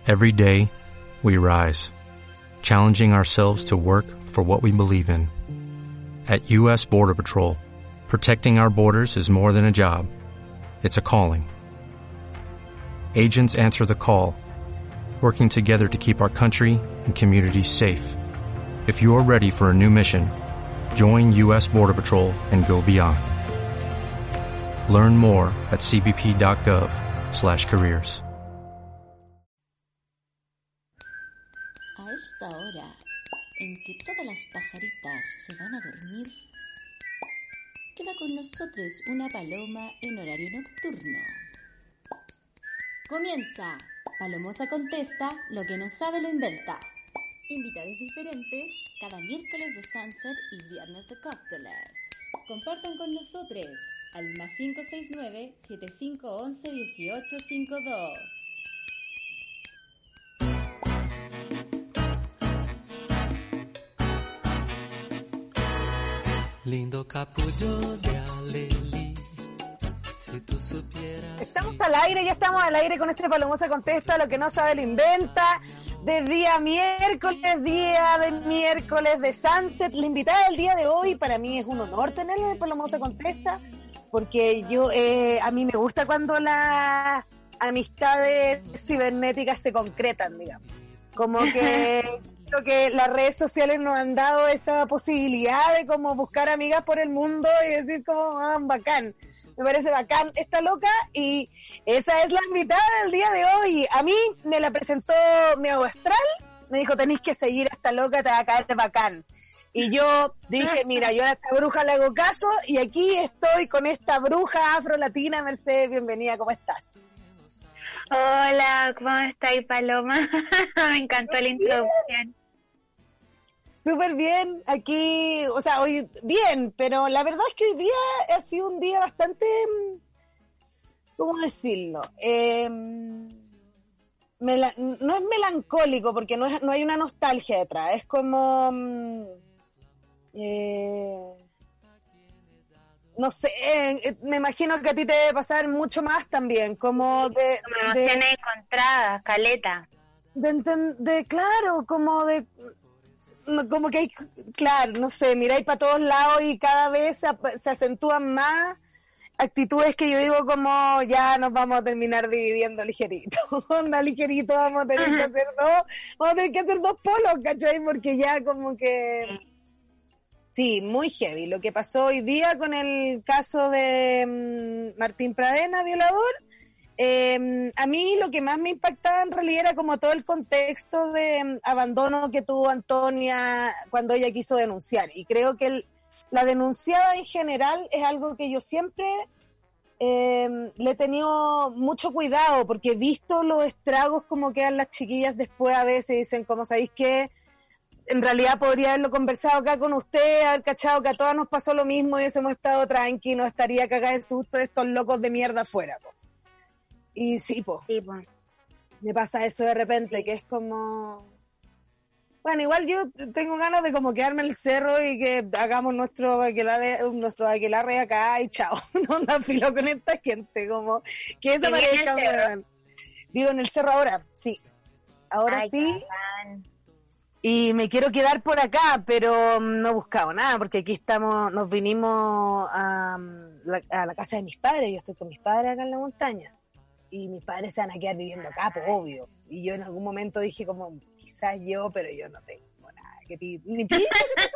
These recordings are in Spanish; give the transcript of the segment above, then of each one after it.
Every day, we rise, challenging ourselves to work for what we believe in. At U.S. Border Patrol, protecting our borders is more than a job. It's a calling. Agents answer the call, working together to keep our country and communities safe. If you're ready for a new mission, join U.S. Border Patrol and go beyond. Learn more at cbp.gov/careers. A esta hora, en que todas las pajaritas se van a dormir, queda con nosotros una paloma en horario nocturno. Comienza. Palomosa contesta, lo que no sabe lo inventa. Invitados diferentes, cada miércoles de Sunset y viernes de cócteles. Compartan con nosotros al +569 7511 1852. Lindo capullo de alelí, si tú supieras. Estamos al aire, ya estamos al aire con este Palomosa Contesta, lo que no sabe lo inventa. De día miércoles de Sunset. La invitada del día de hoy, para mí es un honor tenerla en Palomosa Contesta, porque a mí me gusta cuando las amistades cibernéticas se concretan, digamos. Como que creo que las redes sociales nos han dado esa posibilidad de como buscar amigas por el mundo y decir como, bacán. Me parece bacán esta loca y esa es la invitada del día de hoy. A mí me la presentó mi abuelo astral, me dijo, tenés que seguir a esta loca, te va a caer bacán. Y yo dije, mira, yo a esta bruja le hago caso y aquí estoy con esta bruja afro-latina. Mercedes, bienvenida, ¿cómo estás? Hola, ¿cómo estáis, Paloma? Me encantó la introducción. Súper bien, aquí, o sea, hoy bien, pero la verdad es que hoy día ha sido un día bastante, ¿cómo decirlo? No es melancólico, porque no hay una nostalgia detrás, es como, no sé, me imagino que a ti te debe pasar mucho más también, como de emociones encontradas, caleta. Claro, como que hay, claro, no sé, miráis para todos lados y cada vez se acentúan más actitudes que yo digo como ya nos vamos a terminar dividiendo ligerito, onda ligerito, vamos a tener que hacer dos polos, ¿cachai? Porque ya como que sí, muy heavy lo que pasó hoy día con el caso de Martín Pradena, violador. A mí lo que más me impactaba en realidad era como todo el contexto de abandono que tuvo Antonia cuando ella quiso denunciar, y creo que la denunciada en general es algo que yo siempre le he tenido mucho cuidado, porque he visto los estragos como quedan las chiquillas después, a veces dicen como, ¿sabéis qué? En realidad podría haberlo conversado acá con usted, haber cachado que a todas nos pasó lo mismo y hubiésemos estado tranqui, no estaría cagada de susto de estos locos de mierda afuera, po. Y sí, me pasa eso de repente, sí. Que es como... Bueno, igual yo tengo ganas de como quedarme en el cerro y que hagamos nuestro aquelarre acá y chao. No anda filo con esta gente, como que esa parezca... Vivo en el cerro ahora, sí. Ahora sí. Y me quiero quedar por acá, pero no he buscado nada, porque aquí nos vinimos a la casa de mis padres. Yo estoy con mis padres acá en la montaña. Y mis padres se van a quedar viviendo acá, pues obvio. Y yo en algún momento dije como, quizás yo, pero yo no tengo nada que pedir. Ni pido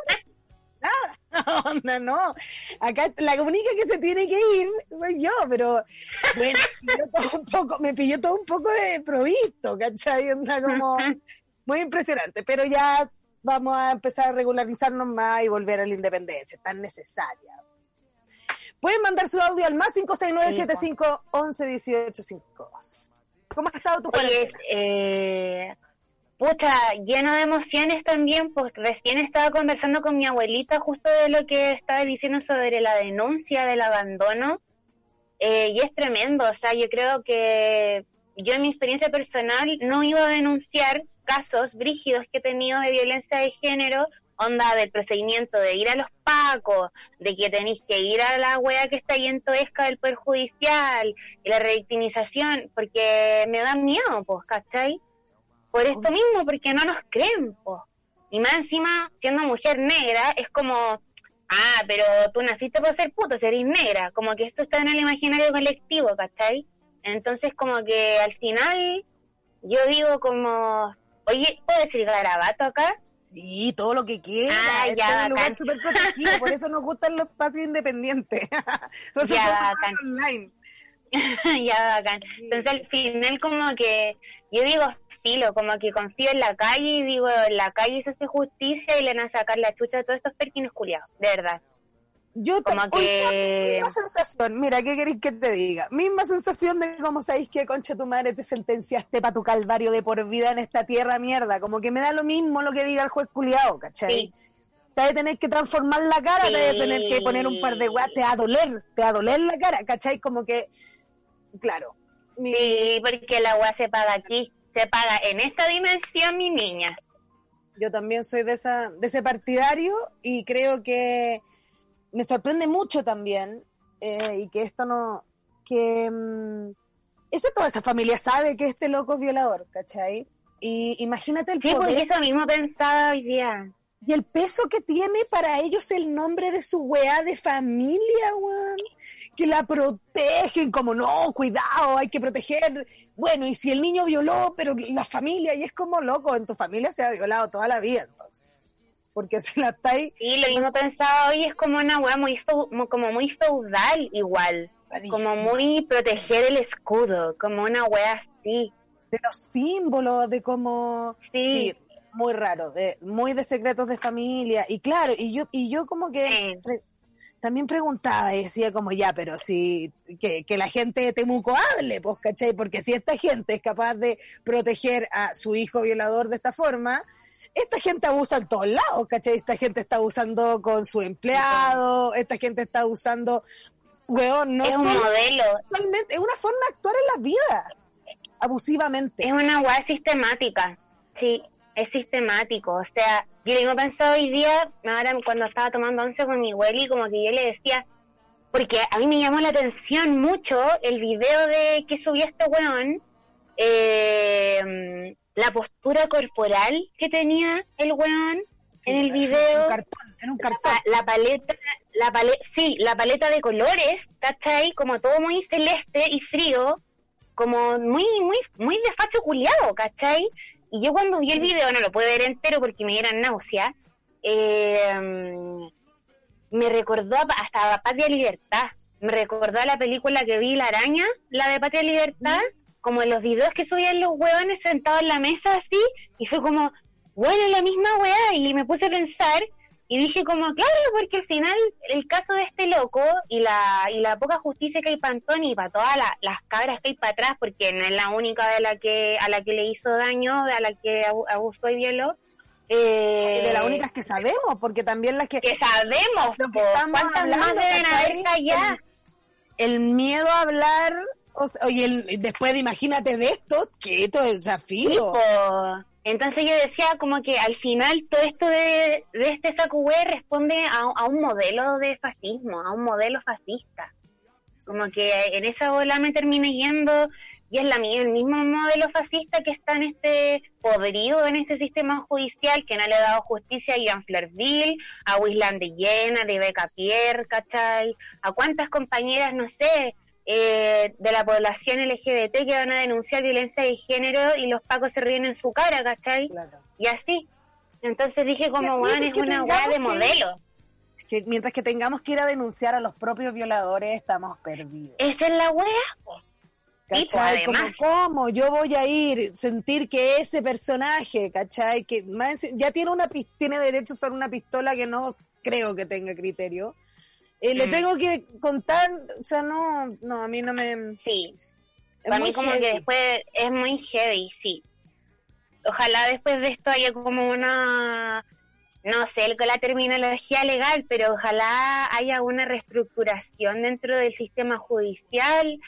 nada. No. Acá la única que se tiene que ir soy yo, pero bueno, me pilló todo un poco de provisto, ¿cachai? Anda como muy impresionante. Pero ya vamos a empezar a regularizarnos más y volver a la independencia, tan necesaria. Pueden mandar su audio al +569 7511 1852. ¿Cómo has estado tu cuarentena? Lleno de emociones también, pues recién estaba conversando con mi abuelita justo de lo que estaba diciendo sobre la denuncia del abandono, y es tremendo, o sea, yo creo que yo en mi experiencia personal no iba a denunciar casos brígidos que he tenido de violencia de género, onda del procedimiento de ir a los pacos, de que tenéis que ir a la wea que está ahí en Toesca del Poder Judicial, y la revictimización, porque me da miedo, pues, ¿cachai? por esto mismo, porque no nos creen, po. Y más encima, siendo mujer negra, es como, pero tú naciste por ser puto, eres negra, como que esto está en el imaginario colectivo, ¿cachai? Entonces como que al final, yo digo como, oye, ¿puedo decir garabato acá? Sí, todo lo que quiera. Ya, es un lugar bacán. súper protegido, por eso nos gustan los espacios independientes. Nosotros Ya, somos bacán. online. Ya, bacán. Entonces al final como que, yo digo, filo, como que confío en la calle y digo, en la calle se hace justicia y le van a sacar la chucha a todos estos perkines culiados, de verdad. Yo Como que... misma sensación, mira, ¿qué queréis que te diga? Misma sensación de como sabéis que concha tu madre te sentenciaste para tu calvario de por vida en esta tierra mierda, como que me da lo mismo lo que diga el juez culiado, ¿cachai? Sí. Te vas a tener que transformar la cara, Sí. te vas a tener que poner un par de weas, te va a doler la cara, ¿cachai? Como que, claro. Sí, porque la weá se paga aquí, se paga en esta dimensión, mi niña. Yo también soy de ese partidario y creo que me sorprende mucho también y que esto no, que toda esa familia sabe que este loco es violador, ¿cachai? Y imagínate el Sí, poder porque eso mismo pensaba hoy día. y el peso que tiene para ellos el nombre de su weá de familia, weón. Que la protegen como, no, cuidado, hay que proteger. Bueno, y si el niño violó, pero la familia, y es como, loco, en tu familia se ha violado toda la vida, entonces. Porque si la estáis... Sí, lo mismo pensaba hoy, es como una weá como muy feudal igual. Rarísimo. Como muy proteger el escudo, como una weá así. De los símbolos, de cómo... Sí. muy raro, muy de secretos de familia. Y claro, y yo como que también preguntaba y decía como ya, pero si que la gente de Temuco hable, pues, ¿cachai? Porque si esta gente es capaz de proteger a su hijo violador de esta forma, esta gente abusa en todos lados, ¿cachai? Esta gente está abusando con su empleado, esta gente está abusando, weón, no Es un modelo. Totalmente, es una forma de actuar en la vida, abusivamente. Es una weá sistemática. Sí, es sistemático. O sea, yo lo mismo pensado hoy día, ahora cuando estaba tomando once con mi abueli, como que yo le decía, porque a mí me llamó la atención mucho el video de que subió este weón, la postura corporal que tenía el weón en el video, En un cartón. la paleta de colores, ¿cachai? Como todo muy celeste y frío, como muy de facho culiado, ¿cachai? Y yo cuando vi el video, no lo pude ver entero porque me dieron náusea, me recordó hasta a Patria Libertad, me recordó a la película que vi, La Araña, la de Patria Libertad, como en los videos que subían los hueones sentados en la mesa así, y fue como, bueno, la misma weá, y me puse a pensar, y dije como, claro, porque al final el caso de este loco y la poca justicia que hay para Antonio y para todas las cabras que hay para atrás, porque no es la única a la que le hizo daño, a la que abusó y violó. De las únicas que sabemos, porque también las que sabemos, lo que estamos ¿cuántas hablando, más deben haber ¿cachai? callado? El miedo a hablar, oye, después de imagínate de esto, que esto es desafío. Entonces yo decía como que al final todo esto de este saco wea responde a un modelo de fascismo, a un modelo fascista. Como que en esa bola me terminé yendo y es el mismo modelo fascista que está en este podrido, en este sistema judicial que no le ha dado justicia a Ian Flerville, a Wisland de Llena, de Beca Pierre, ¿cachai? A cuántas compañeras, no sé, de la población LGBT que van a denunciar violencia de género y los pacos se ríen en su cara, ¿cachai? Claro. Y así. Entonces dije como, bueno, es una weá de modelo. Que mientras que tengamos que ir a denunciar a los propios violadores, estamos perdidos. Esa es la weá. ¿Cachai? Tipo, ¿Cómo yo voy a sentir que ese personaje, ¿cachai? Que ya tiene derecho a usar una pistola que no creo que tenga criterio. Le tengo que contar, o sea, no, a mí no me... Sí, para mí como heavy. Que después es muy heavy, sí. Ojalá después de esto haya como una, no sé, la terminología legal, pero ojalá haya una reestructuración dentro del sistema judicial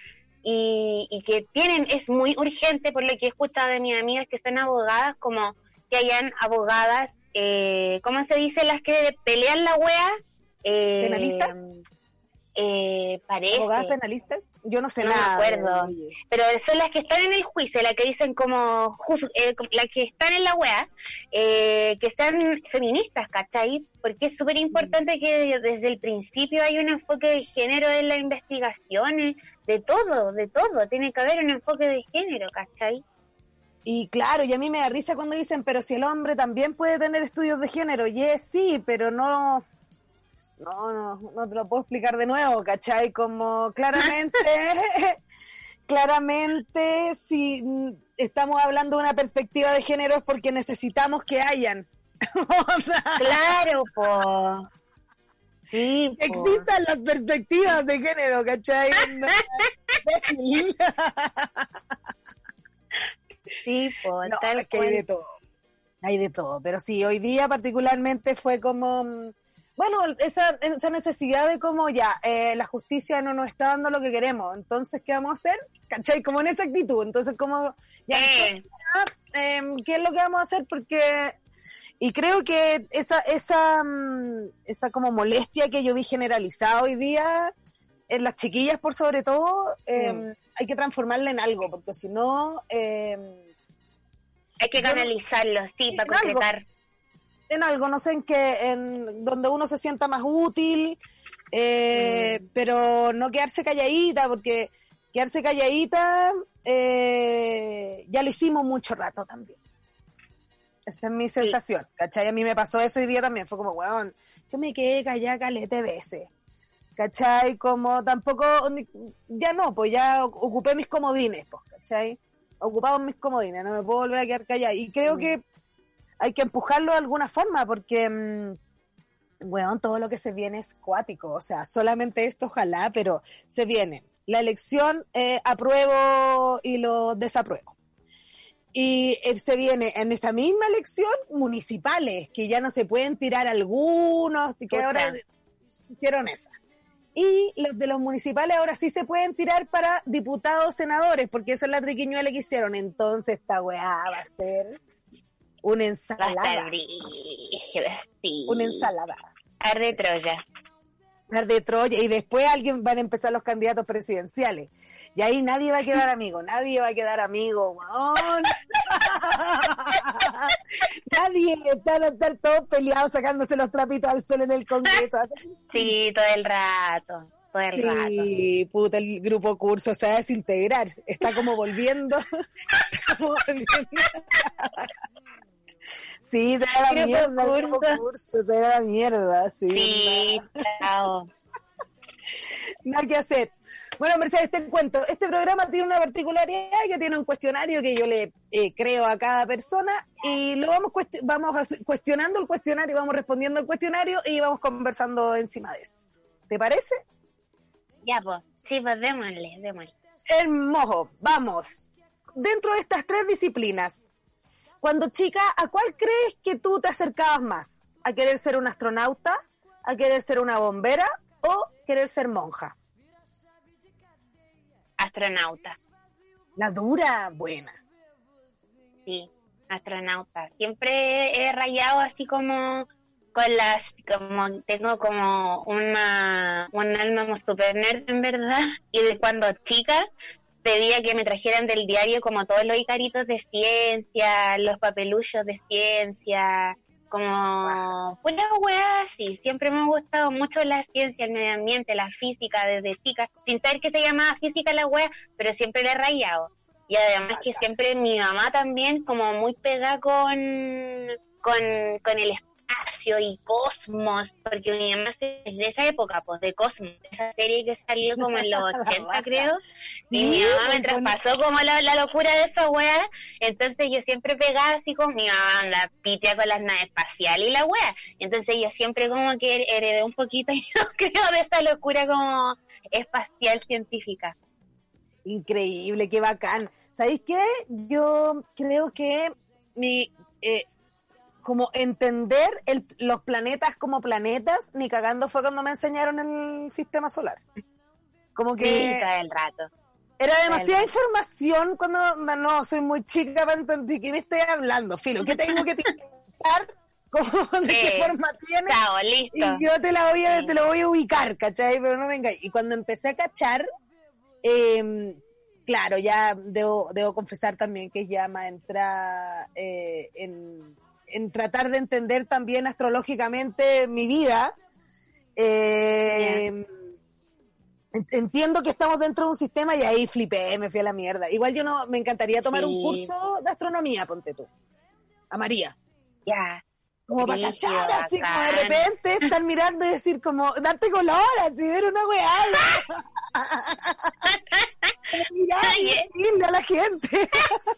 y que es muy urgente, por lo que he escuchado de mis amigas que son abogadas, como que hayan abogadas, ¿cómo se dice? Las que pelean la wea. ¿Penalistas? parece. ¿Abogadas penalistas? Yo no sé No nada. me acuerdo. Pero son las que están en el juicio, las que dicen como las que están en la wea, que sean feministas, ¿cachai? Porque es súper importante que desde el principio hay un enfoque de género en las investigaciones, de todo, tiene que haber un enfoque de género, ¿cachai? Y claro, y a mí me da risa cuando dicen, pero si el hombre también puede tener estudios de género, y es sí, pero no te lo puedo explicar de nuevo, ¿cachai? Como claramente si estamos hablando de una perspectiva de género es porque necesitamos que hayan. Claro, po. Sí, po. Existan las perspectivas de género, ¿cachai? No, imbécil. Sí, po, No, tal es que cual. hay de todo, pero sí, hoy día particularmente fue como, bueno, esa necesidad de como ya, la justicia no nos está dando lo que queremos, entonces, ¿qué vamos a hacer? ¿Cachai? Como en esa actitud, entonces como, ya, ¿qué es lo que vamos a hacer? Porque, y creo que esa como molestia que yo vi generalizada hoy día, en las chiquillas por sobre todo, hay que transformarla en algo, porque si no... hay que canalizarlo, sí, para concretar. En algo, no sé en qué, en donde uno se sienta más útil, pero no quedarse calladita, porque quedarse calladita ya lo hicimos mucho rato también. Esa es mi sensación, ¿cachai? A mí me pasó eso hoy día también, fue como, weón, yo me quedé callada calete veces. ¿Cachai? Como tampoco, ya no, pues ya ocupé mis comodines, pues, ¿cachai? Ocupado mis comodines, no me puedo volver a quedar callada. Y creo que hay que empujarlo de alguna forma, porque, bueno, todo lo que se viene es cuático, o sea, solamente esto, ojalá, pero se viene. La elección, apruebo y lo desapruebo. Y se viene en esa misma elección municipales, que ya no se pueden tirar algunos, que ahora hicieron esa. Y los de los municipales ahora sí se pueden tirar para diputados, senadores, porque esa es la triquiñuela que hicieron. Entonces esta weá va a ser una ensalada. Va a estar brígida, sí. Una ensalada. Arde Troya. De Troya, y después van a empezar los candidatos presidenciales. Y ahí nadie va a quedar amigo, weón. Nadie, van a estar todos peleados sacándose los trapitos al sol en el Congreso. Sí, todo el rato. Sí, puta, el grupo curso se va a desintegrar. Está como volviendo. Sí, se va a la mierda. El grupo curso se va a la mierda. Sí, chao. Nada que hacer. Bueno, Mercedes, te cuento. Este programa tiene una particularidad que tiene un cuestionario que yo le creo a cada persona y lo vamos cuestionando el cuestionario, vamos respondiendo el cuestionario y vamos conversando encima de eso. ¿Te parece? Ya, pues. Sí, pues démosle. Hermoso. Vamos. Dentro de estas 3 disciplinas, cuando chica, ¿a cuál crees que tú te acercabas más? ¿A querer ser un astronauta? ¿A querer ser una bombera? ¿O querer ser monja? Astronauta. La dura, buena. Sí, astronauta. Siempre he rayado así como tengo como un alma super nerd en verdad, y de cuando chica pedía que me trajeran del diario como todos los icaritos de ciencia, los papeluchos de ciencia, como pura weá así. Siempre me ha gustado mucho la ciencia, el medio ambiente, la física desde chica, sin saber que se llamaba física la weá, pero siempre le he rayado. Y además que siempre mi mamá también como muy pegada con el espacio y Cosmos, porque mi mamá es de esa época, pues de Cosmos, esa serie que salió como en los 80 creo, y mi mamá me traspasó como la locura de esa weá. Entonces yo siempre pegaba así con mi mamá, anda pitea con las naves espaciales y la weá, entonces yo siempre como que heredé un poquito, y no creo, de esa locura como espacial científica. Increíble, qué bacán. ¿Sabéis qué? Yo creo que como entender los planetas como planetas, ni cagando fue cuando me enseñaron el sistema solar. Como que Sí, todo el rato. era demasiada información cuando no soy muy chica para entender qué me estoy hablando, filo, ¿qué tengo que pintar como de qué forma tiene. Chao, listo. Y yo te lo voy a ubicar, ¿cachai? Pero no venga. Y cuando empecé a cachar, claro, ya debo confesar también que ya me entra en tratar de entender también astrológicamente mi vida. Entiendo que estamos dentro de un sistema y ahí flipé, me fui a la mierda. Igual me encantaría tomar un curso de astronomía, ponte tú. A María. Ya. Como para cachar, así como de repente estar mirando y decir como, darte color, así, ver una weá. Mirar y decirle a la gente.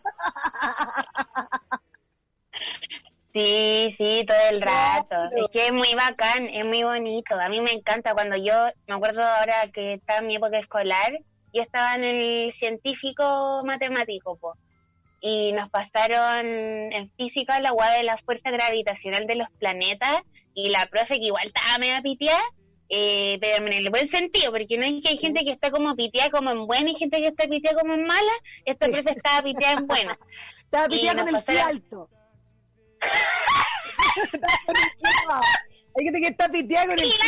Sí, todo el rato. Es que es muy bacán, es muy bonito. A mí me encanta cuando me acuerdo ahora que estaba en mi época escolar, yo estaba en el científico matemático, y nos pasaron en física la hueá de la fuerza gravitacional de los planetas, y la profe que igual estaba media piteada, pero en el buen sentido, porque no es que hay gente que está como piteada como en buena y gente que está piteada como en mala. Esta profe estaba piteada en buena. Estaba piteada con el pie alto. Hay gente que está piteada con el pie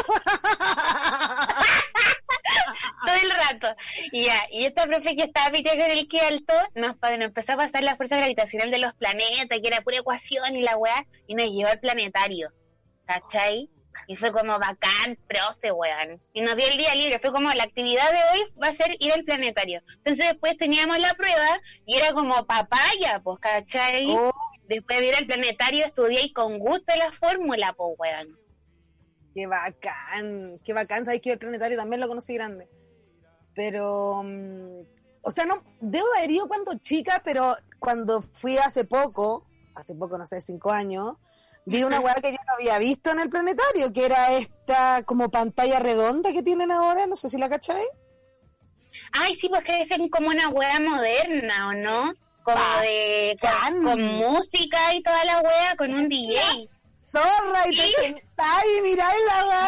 todo el rato. Y esta profe que estaba piteada con el que alto nos empezó a pasar la fuerza gravitacional de los planetas, que era pura ecuación y la weá, y nos llevó al planetario, ¿cachai? Y fue como bacán, profe, weón. Y nos dio el día libre, fue como la actividad de hoy va a ser ir al planetario. Entonces después teníamos la prueba y era como papaya, pues, ¿cachai? Después de ir al planetario estudié y con gusto la fórmula, pues, weón. Qué bacán, sabes que el planetario también lo conocí grande. Pero, o sea, no, debo haber ido cuando chica, pero cuando fui hace poco, no sé, 5 años, vi una hueá que yo no había visto en el planetario, que era esta como pantalla redonda que tienen ahora, no sé si la cachai. Ay, sí, pues que es como una hueá moderna, ¿o no? Como con música y toda la hueá, con un DJ. Zorra, y te sentás y mirás la hueá.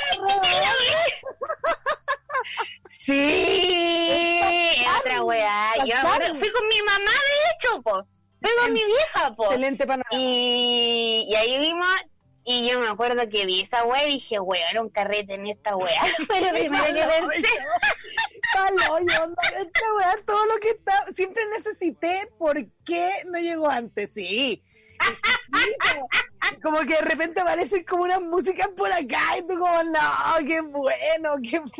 Sí, es otra weá. Yo fui con mi mamá, de hecho, fui con mi vieja, Excelente panorama. Y ahí vimos, y yo me acuerdo que vi esa weá y dije, weá, era un carrete en esta weá. Pero primero que pensé. Esta weá, todo lo que está, siempre necesité, ¿por qué no llegó antes? Sí. Como que de repente aparecen como unas músicas por acá y tú como, no, qué bueno.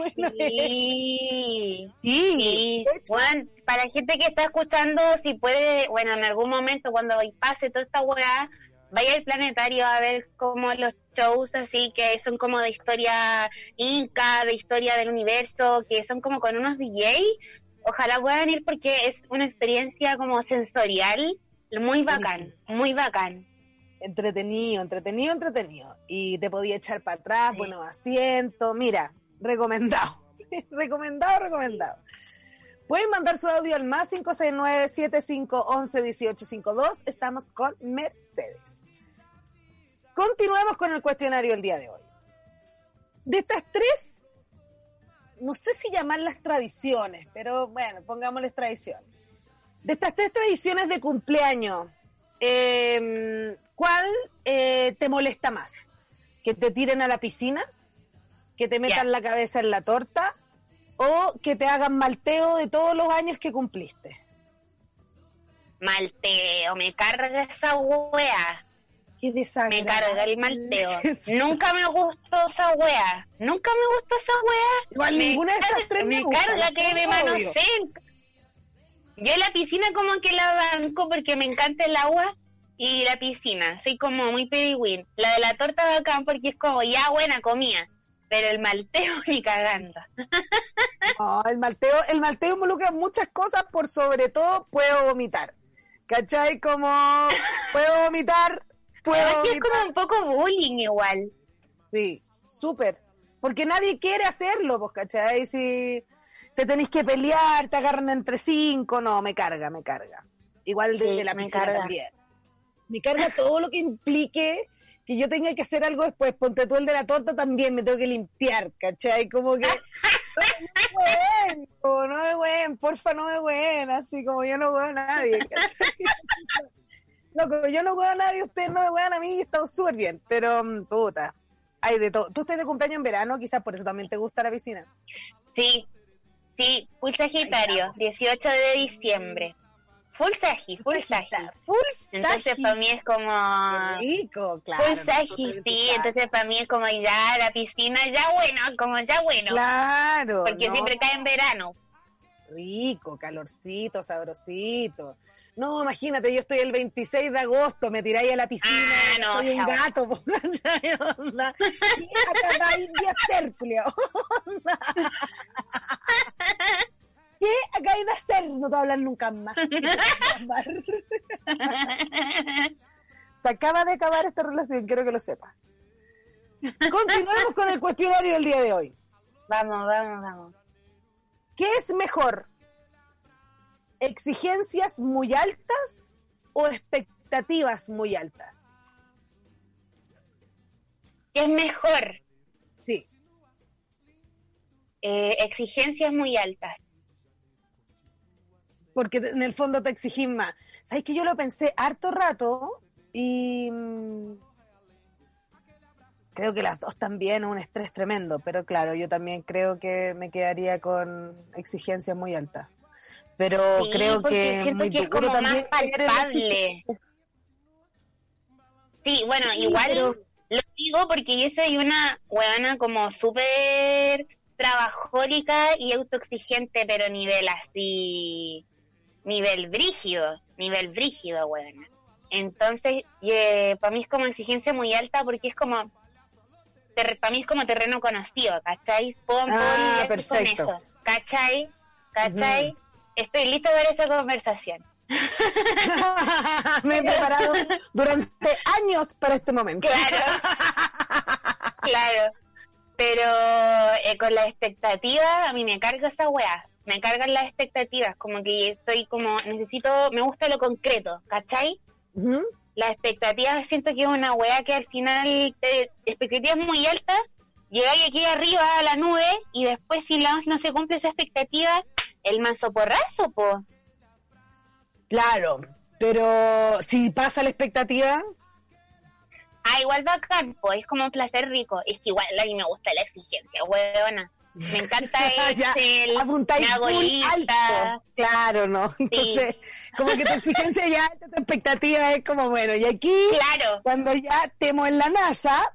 Sí. Bueno, para la gente que está escuchando, si puede, bueno, en algún momento cuando pase toda esta weá, vaya al planetario a ver como los shows así que son como de historia inca, de historia del universo, que son como con unos DJ. Ojalá puedan ir porque es una experiencia como sensorial muy bacán, muy bacán. Entretenido. Y te podía echar para atrás, sí. Buenos asientos. Mira, recomendado. recomendado. Pueden mandar su audio al más 569-7511-1852. Estamos con Mercedes. Continuemos con el cuestionario del día de hoy. De estas 3, no sé si llamarlas tradiciones, pero bueno, pongámosles tradiciones. De estas 3 tradiciones de cumpleaños, ¿cuál te molesta más? ¿Que te tiren a la piscina? ¿Que te metan la cabeza en la torta? ¿O que te hagan malteo de todos los años que cumpliste? Malteo, me carga esa wea. Qué desagradable. Me carga el malteo. Nunca me gustó esa wea. Igual ninguna de estas 3 me carga que me manoseen. Yo la piscina como que la banco porque me encanta el agua y la piscina. Soy como muy pedigüín. La de la torta bacán porque es como ya buena comida. Pero el malteo ni cagando. No, el malteo involucra muchas cosas, por sobre todo puedo vomitar. ¿Cachai? Como puedo vomitar. Es como un poco bullying igual. Sí, súper. Porque nadie quiere hacerlo, pues, ¿cachai? Si te tenés que pelear, te agarran entre 5, no, me carga. Igual de la piscina también. Me carga todo lo que implique que yo tenga que hacer algo después. Ponte tú el de la torta también, me tengo que limpiar, ¿cachai? Como que no me hueen, porfa, no me hueen, así como yo no hueo a nadie, ¿cachai? Loco, yo no huevo a nadie, ustedes no me huevan a mí, estamos súper bien, pero puta, hay de todo. Tú estás de cumpleaños en verano, quizás por eso también te gusta la piscina. Sí, full Sagitario, 18 de diciembre. Full Sagi. Full Entonces Sagi. para mí es como... Qué rico, claro. Full Sagi, sí, entonces para mí es como ya la piscina, ya bueno. Claro. Porque no, siempre cae en verano. rico, calorcito, sabrosito. No, imagínate, yo estoy el 26 de agosto, me tiráis a la piscina, no, soy un chao. gato, po, ¿cachai? Onda. Y acabáis de hacer, Julio. Onda. ¿Qué acabáis de hacer? No te voy a hablar nunca más. Se acaba de acabar esta relación, quiero que lo sepas. Continuemos con el cuestionario del día de hoy. Vamos. ¿Qué es mejor? ¿Exigencias muy altas o expectativas muy altas? ¿Qué es mejor? Sí. Exigencias muy altas. Porque en el fondo te exigís más. ¿Sabes que yo lo pensé harto rato? Y creo que las dos también, un estrés tremendo. Pero claro, yo también creo que me quedaría con exigencias muy altas. Pero Sí, creo porque que siento muy que es duro como más también tener el palpable. Sí, bueno, Sí, igual pero- lo digo porque yo soy una huevona como súper trabajólica y autoexigente, pero nivel así, nivel brígido, huevona. Entonces, para mí es como exigencia muy alta porque es como, para mí es como terreno conocido, ¿cachai? Puedo lidiar con perfecto. eso, ¿cachai? Estoy lista para esa conversación. Me he preparado durante años para este momento. Claro. Pero con la expectativa, a mí me carga esa weá. Me cargan las expectativas, como que estoy como, me gusta lo concreto, ¿cachai? Ujú. Las expectativas siento que es una weá que al final, expectativas muy altas, llegáis aquí arriba a la nube y después si no se cumple esa expectativa, el manso porrazo, po. Claro, pero si pasa la expectativa, Igual bacán, po, es como un placer rico. Es que igual a mí me gusta la exigencia, huevona. Me encanta ya Excel, apuntáis me hago full lista. alto. Claro, ¿no? Entonces, como que tu exigencia ya alta, tu expectativa es como, bueno, y aquí, Claro. cuando ya temo en la NASA,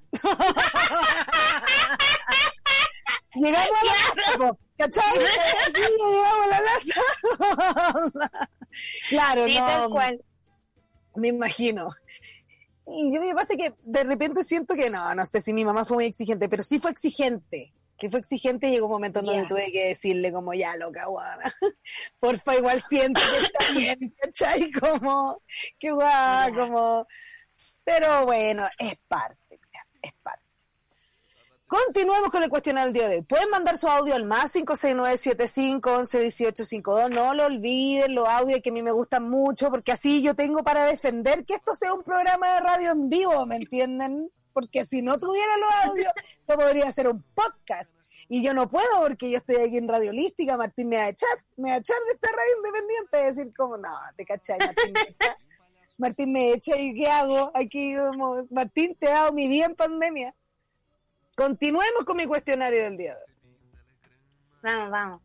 llegamos a la NASA, po, ¿cachai? Aquí llegamos a la NASA. Claro, Sí, no. tal cual. Me imagino. Sí, yo me pasa que de repente siento que no sé si mi mamá fue muy exigente, pero sí fue exigente. Que fue exigente y llegó un momento en donde tuve que decirle como, ya, loca, guana. Porfa, igual siento que está bien, ¿cachai? Como, qué guay, como... Pero bueno, es parte, es parte. Continuemos con el cuestionario del día de hoy. Pueden mandar su audio al más 569-7511-1852. No lo olviden, los audios que a mí me gustan mucho, porque así yo tengo para defender que esto sea un programa de radio en vivo, ¿me entienden? Porque si no tuviera los audios, esto podría ser un podcast. Y yo no puedo porque yo estoy aquí en Radio Holística, Martín me va a echar de esta radio independiente, decir como, no, te cachai, Martín me echa y ¿qué hago? Aquí, como, Martín, te he dado mi vida en pandemia. Continuemos con mi cuestionario del día de hoy. Vamos.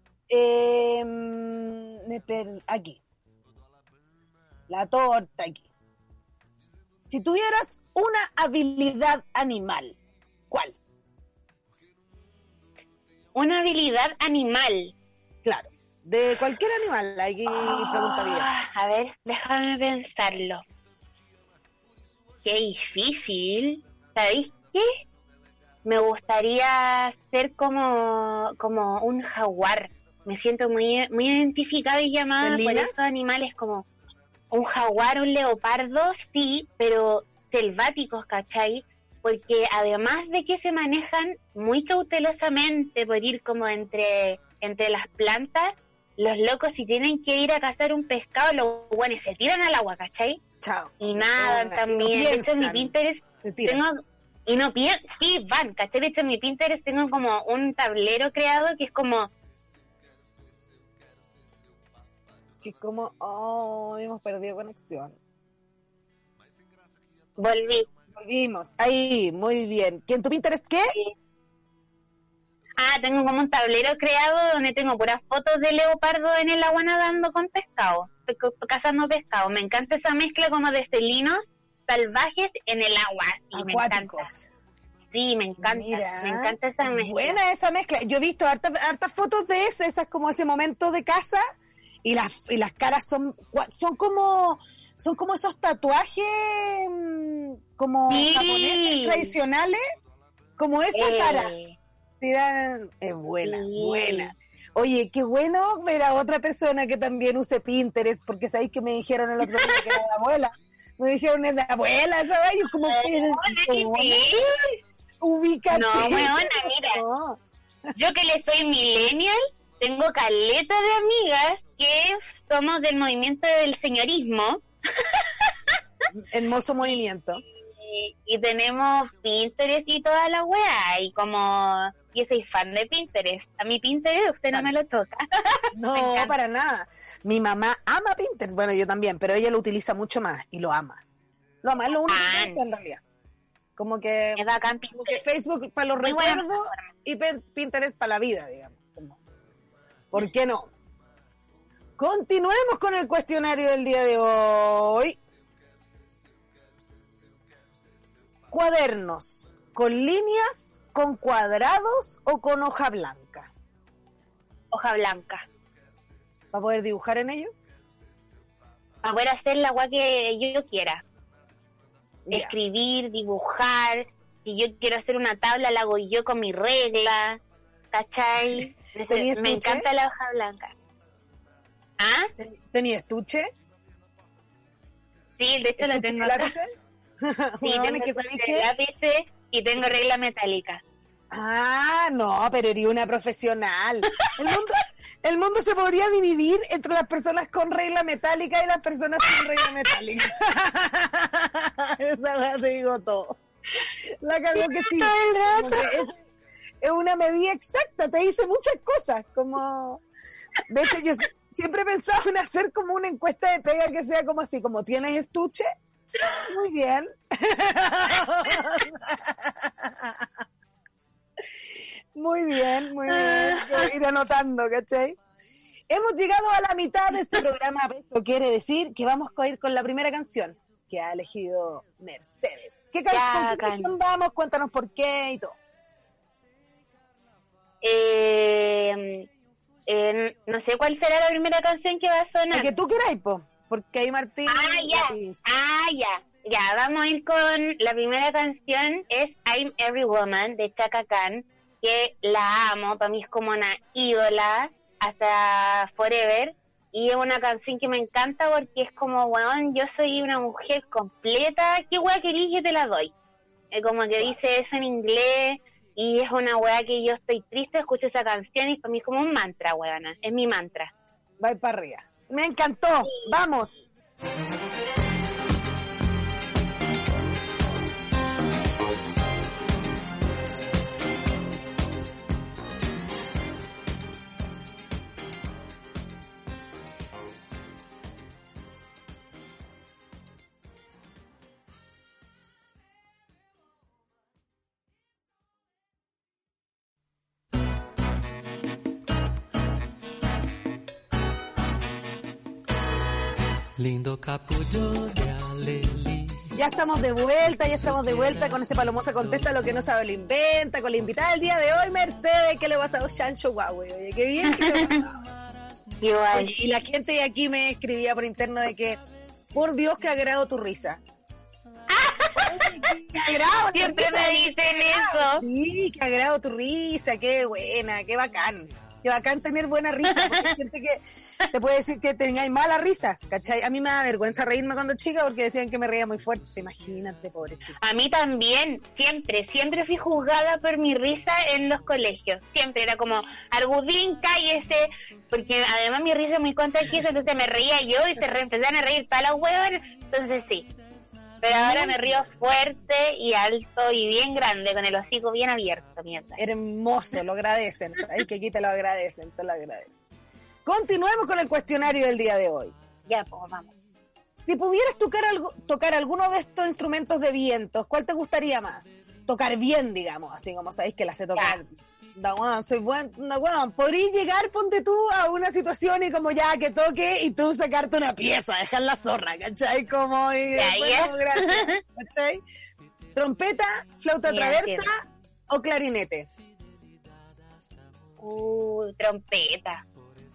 Aquí. La torta aquí. Si tuvieras una habilidad animal, ¿cuál? Una habilidad animal. Claro, de cualquier animal, aquí pregunta bien. A ver, déjame pensarlo. Qué difícil. ¿Sabéis qué? Me gustaría ser como un jaguar. Me siento muy identificada y llamada por esos animales, como un jaguar, un leopardo, sí, pero selváticos, ¿cachai? Porque además de que se manejan muy cautelosamente por ir como entre las plantas, los locos si tienen que ir a cazar un pescado, los buenos se tiran al agua, ¿cachai? Chao. Y nadan también. De hecho, en mi Pinterest tengo... Y no piensan, sí, van, ¿cachai? De hecho, en mi Pinterest tengo como un tablero creado que es como... Que como, oh, hemos perdido conexión. Volvimos. Ahí, muy bien. ¿En tu Pinterest qué? Sí. Tengo como un tablero creado donde tengo puras fotos de leopardo en el agua nadando con pescado, cazando pescado. Me encanta esa mezcla como de felinos salvajes en el agua. Sí, Acuáticos. Me encanta. Sí, me encanta. Mira, me encanta esa mezcla. Buena esa mezcla. Yo he visto hartas fotos de esas como ese momento de caza y las caras son como esos tatuajes como japoneses tradicionales, como esa cara. Es buena, buena. Oye, qué bueno ver a otra persona que también use Pinterest, porque sabéis que me dijeron el otro día que era la abuela. Me dijeron, es la abuela, ¿sabes? Yo como ubícate. No, weona, mira. No. Yo que le soy millennial, tengo caleta de amigas que somos del movimiento del señorismo. Hermoso movimiento. Y tenemos Pinterest y toda la weá, y como yo soy fan de Pinterest, a mi Pinterest usted no me lo toca. No, para nada. Mi mamá ama Pinterest, bueno, yo también, pero ella lo utiliza mucho más y lo ama. Lo ama, es lo único que usa en realidad. Como que, es bacán como que Facebook para los recuerdos y Pinterest para la vida, digamos. ¿Por qué no? Continuemos con el cuestionario del día de hoy. Cuadernos, ¿con líneas, con cuadrados o con hoja blanca? Hoja blanca. ¿Para poder dibujar en ello? Para poder hacer la agua que yo quiera. Ya. Escribir, dibujar. Si yo quiero hacer una tabla, la hago yo con mi regla. ¿Cachai? Me encanta la hoja blanca. ¿Ah? ¿Tenía estuche? Sí, de hecho la tengo acá. Sí, Bueno, tengo lápices y tengo regla metálica. No, pero eres una profesional. El mundo se podría dividir entre las personas con regla metálica y las personas sin regla metálica. Esa te digo todo. La cagó que sí. Es una medida exacta, te dice muchas cosas. Como, de hecho, yo siempre he pensado en hacer como una encuesta de pega que sea como así, como ¿tienes estuche? Muy bien. Muy bien, muy bien. Voy a ir anotando, ¿cachai? Hemos llegado a la mitad de este programa. Eso quiere decir que vamos a ir con la primera canción que ha elegido Mercedes. ¿Qué canción vamos? Cuéntanos por qué y todo. No sé cuál será la primera canción que va a sonar. La que tú queráis, po. Porque hay Martín. Ya, vamos a ir con la primera canción, es I'm Every Woman de Chaka Khan, que la amo, para mí es como una ídola hasta forever, y es una canción que me encanta porque es como, weón, yo soy una mujer completa, qué weá que elige te la doy. Como que dice eso en inglés, y es una weá que yo estoy triste, escucho esa canción y para mí es como un mantra, weona, es mi mantra. Va para arriba. Me encantó. Sí. Vamos. Lindo capullo de Aleli. Ya estamos de vuelta con este Palomosa Contesta lo que no sabe lo inventa, con la invitada del día de hoy, Mercedes, que le va a hacer Chancho Huawei. Oye, qué bien que le va a Oye, y la gente de aquí me escribía por interno de que, por Dios, que agrado tu risa. ¡Qué agrado! Siempre me dicen eso. Sí, que agrado tu risa, qué buena, qué bacán. Qué bacán tener buena risa, porque hay gente que te puede decir que tengáis mala risa, ¿cachai? A mí me da vergüenza reírme cuando chica porque decían que me reía muy fuerte, imagínate, pobre chica. A mí también, siempre fui juzgada por mi risa en los colegios, siempre era como, Argudín, cállese, porque además mi risa es muy contagiosa, entonces me reía yo y se empezaron a reír todas las huevas, entonces sí. Pero ahora me río fuerte y alto y bien grande, con el hocico bien abierto, mierda. Hermoso, lo agradecen, ¿sabes? Que aquí te lo agradecen, te lo agradecen. Continuemos con el cuestionario del día de hoy. Ya, pues vamos. Si pudieras tocar alguno de estos instrumentos de vientos, ¿cuál te gustaría más? Tocar bien, digamos, así como sabéis que la sé tocar. Da, bueno, soy buen, da, bueno, podrías llegar, ponte tú, a una situación y como ya que toque y tú sacarte una pieza, dejar la zorra, ¿cachai? Como, y bueno, gracias, ¿cachai? ¿Trompeta, flauta traversa o clarinete? Trompeta.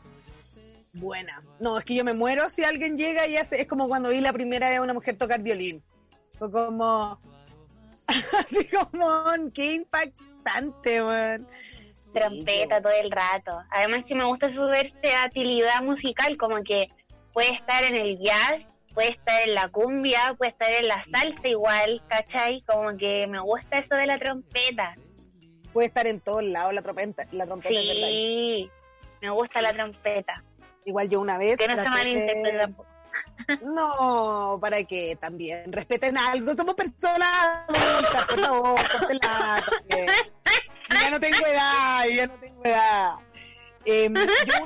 Buena. No, es que yo me muero si alguien llega y hace... Es como cuando vi la primera vez a una mujer tocar violín. Fue como... Así como... ¡Qué impactante, man! Trompeta todo el rato. Además que me gusta su versatilidad musical, como que puede estar en el jazz, puede estar en la cumbia, puede estar en la salsa igual, ¿cachai? Como que me gusta eso de la trompeta. Puede estar en todos lados la trompeta. Sí, me gusta la trompeta. Igual yo una vez... Que no se malinterprete tampoco. No, ¿para qué? También respeten algo, somos personas adultas, por favor, córtela, ya no tengo edad. Yo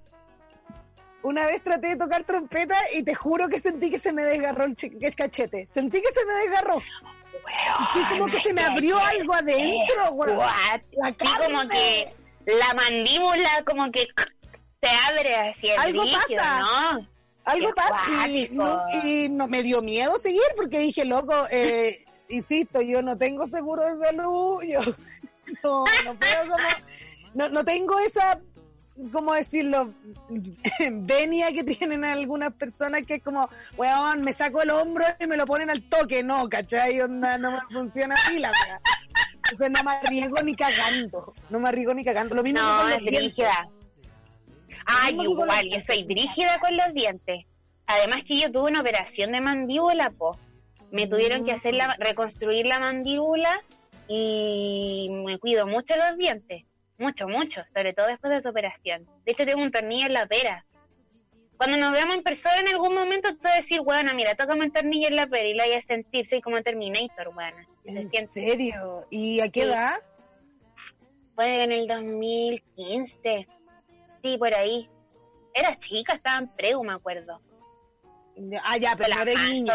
una vez traté de tocar trompeta y te juro que sentí que se me desgarró el cachete, sentí que se me desgarró. Y como que se me abrió algo adentro, güey. La carne. Como que la mandíbula como que se abre hacia el algo líquido, pasa, ¿no? Algo pasa y no me dio miedo seguir porque dije, loco, insisto, yo no tengo seguro de salud, yo no puedo como, no tengo esa, ¿cómo decirlo? Venia que tienen algunas personas que es como, weón, me saco el hombro y me lo ponen al toque, no, ¿cachai? Onda, no me funciona así la verdad. Entonces no me arriesgo ni cagando, lo mismo no, que con los es brígida. Ay, igual, yo soy brígida con los dientes. Además que yo tuve una operación de mandíbula, me tuvieron que hacer reconstruir la mandíbula y me cuido mucho los dientes. Mucho, sobre todo después de esa operación. De hecho, tengo un tornillo en la pera. Cuando nos veamos en persona en algún momento, tú vas a decir, bueno, mira, tócame el tornillo en la pera y lo vayas a sentir, soy como Terminator, bueno. ¿En serio? ¿Y a qué edad? Fue en el 2015. Sí, por ahí. Era chica, estaba en preu, me acuerdo. Ya, pero no era niña.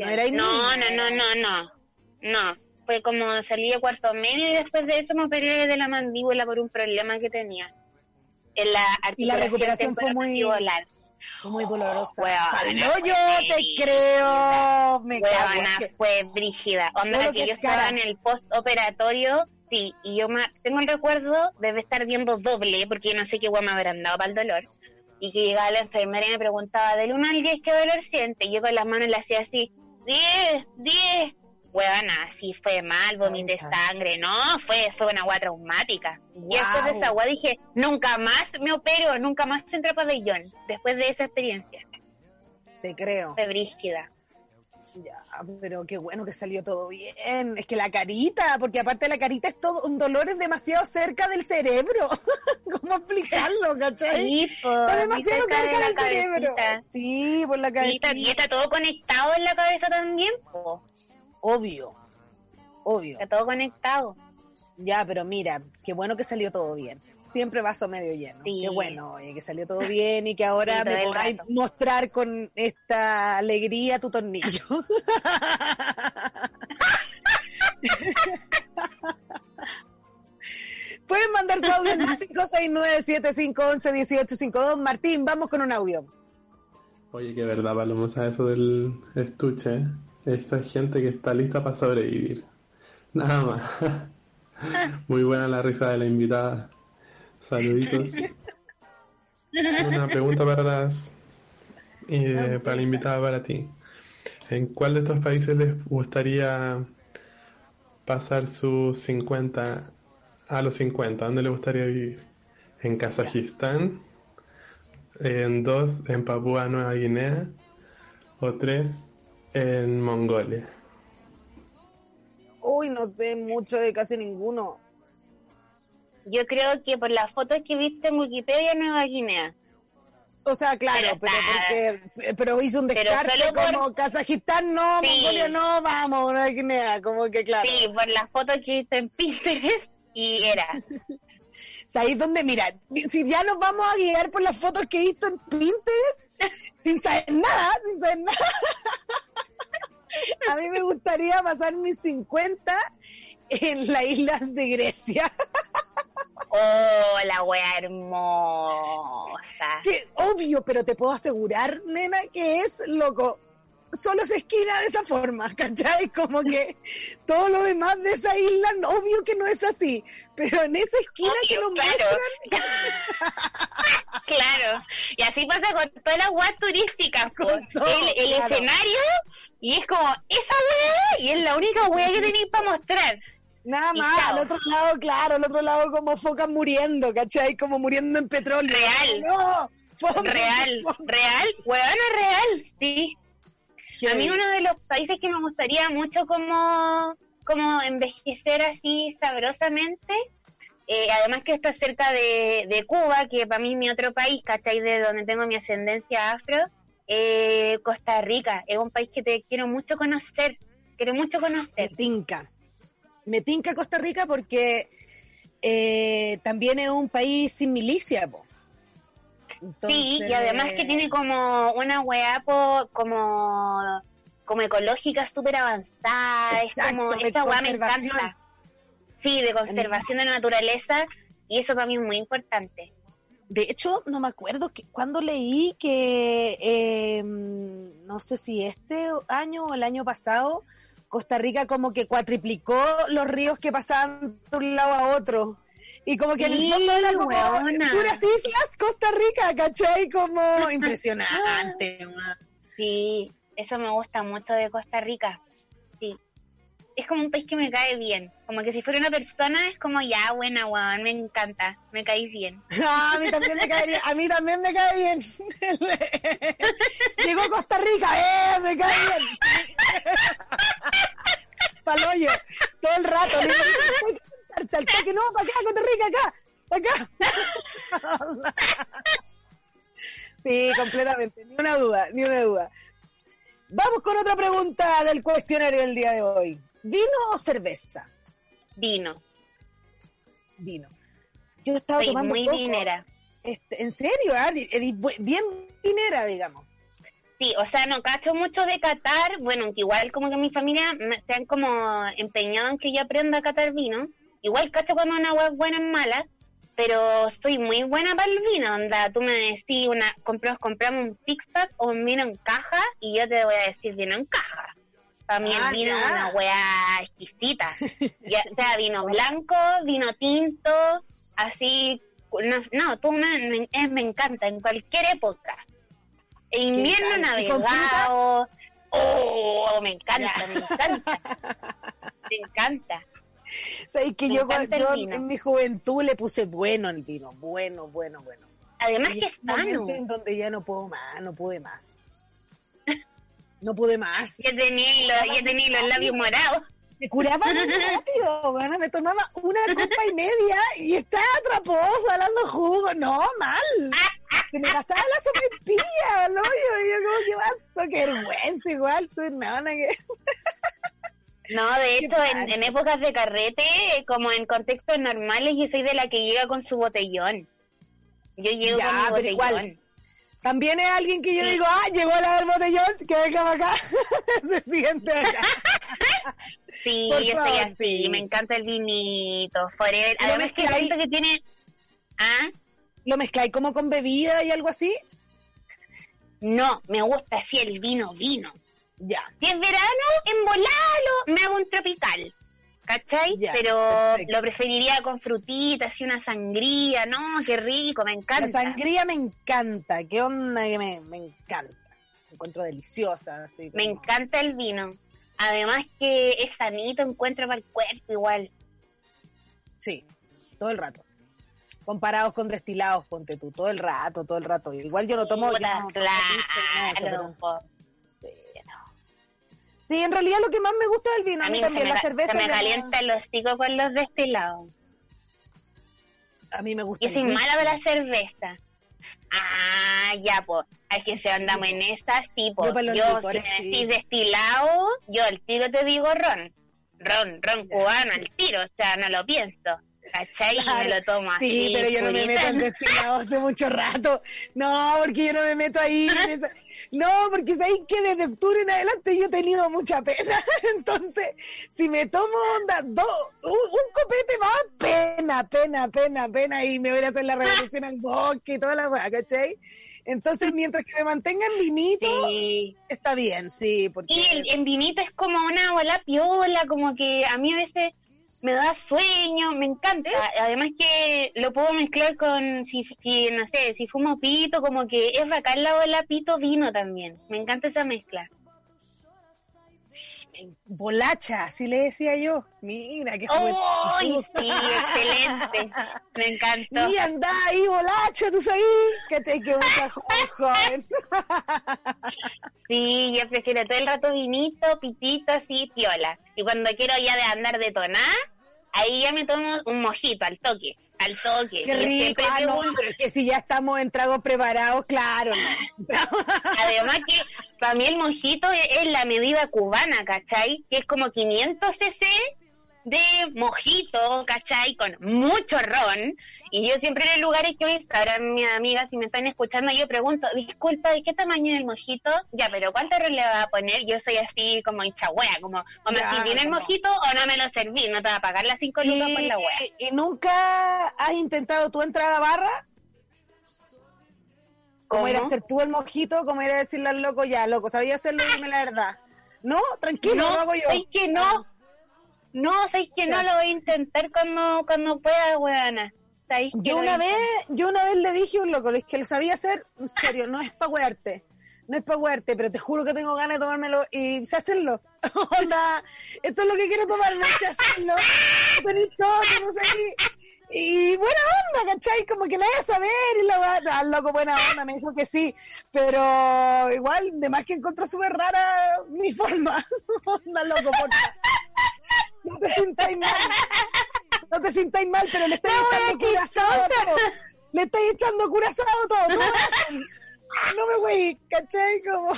No. Fue como salí de cuarto medio y después de eso me operé de la mandíbula por un problema que tenía. En la articulación. Y la recuperación fue muy dolorosa. No, yo te creo. Fue brígida. Onda que yo estaba en el postoperatorio. Sí, y yo tengo el recuerdo de estar viendo doble, porque yo no sé qué me habrán dado para el dolor, y que llegaba la enfermera y me preguntaba, del 1 al 10, ¿qué dolor siente? Y yo con las manos le hacía así, 10. Huevona, así fue mal, vomité sangre, no, fue una agua traumática. Wow. Y después de esa agua dije, nunca más me opero, nunca más entro a pabellón, después de esa experiencia. Te creo. Fue brígida. Ya, pero qué bueno que salió todo bien. Es que la carita, porque aparte la carita es todo, un dolor es demasiado cerca del cerebro. ¿Cómo explicarlo, cachai? Sí, está demasiado cerca del cerebro. Sí, por la cabeza. Y está todo conectado en la cabeza también, po. Obvio. Está todo conectado. Ya, pero mira, qué bueno que salió todo bien. Siempre vaso medio lleno. Sí. Qué bueno, oye, que salió todo bien y que ahora me podáis mostrar con esta alegría tu tornillo. Pueden mandar su audio en 569-7511-1852. Martín, vamos con un audio. Oye, que verdad, Palomosa, eso del estuche. Esa gente que está lista para sobrevivir. Nada más. Muy buena la risa de la invitada. Saluditos. Una pregunta para la invitada, para ti. ¿En cuál de estos países les gustaría pasar sus 50 a los 50? ¿Dónde les gustaría vivir? ¿En Kazajistán? ¿En 2 en Papúa Nueva Guinea? ¿O 3 en Mongolia? Uy, no sé mucho de casi ninguno. Yo creo que por las fotos que viste en Wikipedia, Nueva Guinea. O sea, claro, pero hizo un descarte como Kazajistán no, sí. Mongolia no, vamos, Nueva Guinea, como que claro. Sí, por las fotos que viste en Pinterest y era. Ahí donde, mira, si ya nos vamos a guiar por las fotos que he visto en Pinterest, sin saber nada. A mí me gustaría pasar mis 50 en la isla de Grecia. Oh, la wea hermosa. Que obvio, pero te puedo asegurar, nena, que es loco. Solo se esquina de esa forma, ¿cachai? Como que todo lo demás de esa isla, obvio que no es así. Pero en esa esquina obvio, que lo claro. muestran... Claro. Y así pasa con todas las weas turísticas, po. todo, El claro. escenario, y es como, esa wea, y es la única wea que tenéis para mostrar. Nada Y más, chao. al otro lado, claro, al otro lado como focas muriendo, ¿cachai? Como muriendo en petróleo. Real. No, Real, huevona real, sí. A mí uno de los países que me gustaría mucho como envejecer así sabrosamente, además que está cerca de Cuba, que para mí es mi otro país, ¿cachai? De donde tengo mi ascendencia afro, Costa Rica, es un país que te quiero mucho conocer. Me tinca Costa Rica porque también es un país sin milicia, po. Entonces... Sí, y además que tiene como una weá como ecológica súper avanzada. Exacto, es como, de esta weá me conservación. encanta. Sí, de conservación de la naturaleza, y eso para mí es muy importante. De hecho, no me acuerdo cuando leí que, no sé si este año o el año pasado, Costa Rica como que cuatriplicó los ríos que pasaban de un lado a otro. Y como que en el fondo era como weona. puras islas Costa Rica, ¿cachai? Como impresionante. Sí, eso me gusta mucho de Costa Rica. Sí. Es como un país que me cae bien. Como que si fuera una persona es como ya, buena, weón, me encanta. Me caes bien. A mí también me cae bien. A mí también me cae bien. Llegó Costa Rica, me cae bien. Paloyo, todo el rato. Le digo, al toque, no, para acá, Costa Rica, acá. Sí, completamente, ni una duda. Vamos con otra pregunta del cuestionario del día de hoy. ¿Vino o cerveza? Vino. Yo estaba Soy tomando muy poco. vinera. ¿En serio? Eres bien vinera, digamos. Sí, o sea, no cacho mucho de catar. Bueno, que igual como que mi familia se han como empeñado en que yo aprenda a catar vino. Igual cacho cuando una hueá es buena o mala, pero soy muy buena para el vino. Onda, tú me decís, compramos un six-pack o un vino en caja, y yo te voy a decir vino en caja. Para mí el vino es una hueá exquisita. Ya sea vino blanco, vino tinto, así... No, tú me encanta en cualquier época. En invierno navegado... Oh, me encanta. Me encanta. ¿Sabes que Me yo encanta el vino. en mi juventud le puse bueno al vino? Bueno. Además Y que es es un momento sano. en donde ya no pude más. No pude más. Ya tenía los labios morados. Me curaba muy rápido, bueno, me tomaba una copa y media y estaba traposa, dando jugo. No, mal. Se me pasaba la sopaipilla, ¿no? Yo como, ¿qué pasó? Qué vergüenza, igual. Soy nana que... No, de Qué hecho, padre. en épocas de carrete, como en contextos normales, yo soy de la que llega con su botellón. Yo llego Ya, con mi pero botellón. igual. También es alguien que yo Sí. digo, llegó la del botellón, que venga para acá. Se siente acá. Sí, Por yo favor, estoy así, sí. me encanta el vinito, forever. ¿Lo Además que mezcláis? siento que tiene... ¿Ah? ¿Lo mezcláis como con bebida y algo así? No, me gusta así el vino. Ya. Si es verano, en volado me hago un tropical, ¿cachai? Ya, pero perfecto. lo preferiría con frutitas, así una sangría, no, qué rico, me encanta. La sangría me encanta. ¿Qué onda que me encanta? Me encuentro deliciosa. Así Me como- encanta el vino. Además que es sanito, encuentro para el cuerpo igual. Sí, todo el rato. Comparados con destilados, ponte tú, todo el rato. Igual yo no tomo... yo Puta, no tomo eso, claro. pero- Sí, en realidad lo que más me gusta del vino, a mí se también me, la cerveza. se me no- calienta el hocico con los destilados. A mí me gusta. Yo el soy whisky. mala para la cerveza. Ah, ya, pues. Hay que se andamos en esas, sí, po. Yo para los Yo, si licores, me sí. decís destilado, yo al tiro te digo ron. Ron cubano al tiro, o sea, no lo pienso. ¿cachai? Claro. Y me lo tomo así. Sí, pero yo no me meto al destilado hace mucho rato. No, porque yo no me meto ahí en esa... No, porque sabéis que desde octubre en adelante yo he tenido mucha pena. Entonces, si me tomo un copete más, pena, y me voy a hacer la revolución al bosque y toda la weá, ¿cachai? Entonces, mientras que me mantenga en vinito, Sí. está bien, sí, porque... Y en vinito es como una bola piola, como que a mí a veces me da sueño, me encanta. Además que lo puedo mezclar con, si no sé, si fumo pito, como que es bacán la bola pito vino también. Me encanta esa mezcla. Bolacha, así le decía yo. Mira, qué ¡Ay, sí, excelente! Me encantó. Y anda ahí, bolacha, tú sabes, ¿cachai? Que mucha joven. Sí, yo prefiero todo el rato vinito, pitito, así, piola. Y cuando quiero ya de andar detonada, ahí ya me tomo un mojito al toque. Qué Y rico. siempre Ah, no, pregunto- pero es que si ya estamos en tragos preparados, claro. No. Además que para mí el mojito es la medida cubana, ¿cachai? Que es como 500 cc de mojito, ¿cachai? Con mucho ron. Y yo siempre en los lugares que voy, sabrán mis amigas, si me están escuchando, yo pregunto, disculpa, ¿de qué tamaño es el mojito? Ya, pero ¿cuánto ron le va a poner? Yo soy así como hincha wea, como Ya, si viene el como- mojito o no me lo serví, no te va a pagar las 5 lucas por la wea. ¿Y nunca has intentado tú entrar a la barra? ¿Cómo era hacer tú el mojito? ¿Cómo era decirle al loco, ya, loco, sabía hacerlo, dime la verdad? No, tranquilo, lo hago yo. ¿sabes que no? No, ¿sabes que no? Lo voy a intentar cuando pueda, weana. ¿Sabes que Yo una vez le dije a un loco, es que lo sabía hacer, en serio, no es pa' wearte, pero te juro que tengo ganas de tomármelo y sé hacerlo. Onda, esto es lo que quiero tomarme, sé hacerlo. No tenés todo, no sé qué. Y buena onda, ¿cachai? Como que nadie va a saber y la va al loco buena onda, me dijo que sí, pero igual, de más que encontró súper rara mi forma. Onda, loco, porfa. No te sintáis mal. No te sintáis mal, pero le estáis echando curazao a todo. Le estáis echando curazao a todo. Todo eso. No me güey, ¿cachai? Como...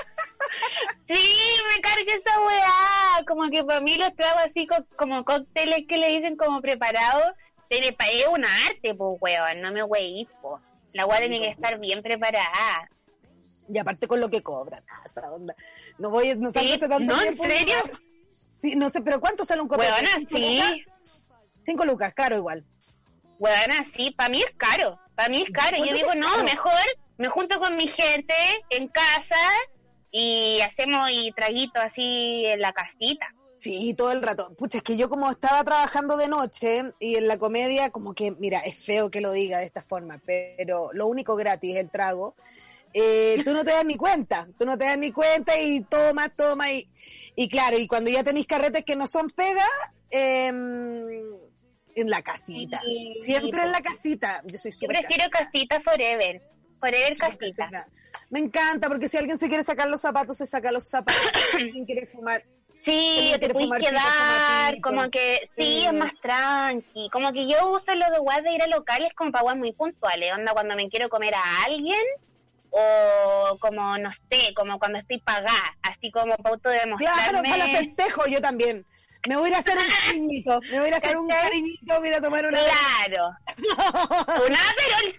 Sí, me cargue esa weá. Como que para mí los tragos así como cócteles que le dicen como preparados, es una arte, pues weón. No me weí, po. La weá tiene que estar bien preparada. Y aparte con lo que cobran, esa onda. No salgo hace tanto ¿No? tiempo. ¿En serio? Sí, no sé, pero ¿cuánto sale un copete? Weona, 5 sí. lucas. 5 lucas, caro igual. Weona, sí. Para mí es caro. Yo digo, no, caro? mejor me junto con mi gente en casa y hacemos traguito así en la casita. Sí, todo el rato. Pucha, es que yo como estaba trabajando de noche y en la comedia, como que, mira, es feo que lo diga de esta forma, pero lo único gratis es el trago. Tú no te das ni cuenta y toma, y claro, y cuando ya tenéis carretes que no son pega, en la casita, Sí, siempre sí, en la casita. Yo soy Yo súper prefiero casita forever súper casita. casera. Me encanta, porque si alguien se quiere sacar los zapatos, se saca los zapatos. Si alguien quiere fumar, Sí, Como te quiere puedes fumar pito, quedar, fumar pito. como que sí, Sí. es más tranqui. Como que yo uso lo de guas de ir a locales como para guas muy puntuales. Onda, cuando me quiero comer a alguien, o como, no sé, como cuando estoy pagada, así como para claro, autodemostrarme. para los festejos, yo también. Me voy a ir a hacer un cariñito, me voy a ir a hacer un ¿Cachai? cariñito, mira, a tomar una... Claro. Una Aperol.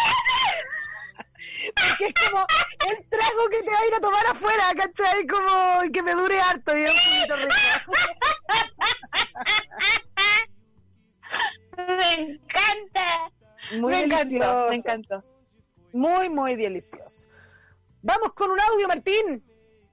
Porque es como el trago que te va a ir a tomar afuera, ¿cachai? Como que me dure harto y es un poquito rico. Me encanta. Muy me delicioso. encantó, me encantó. Muy, muy delicioso. Vamos con un audio, Martín.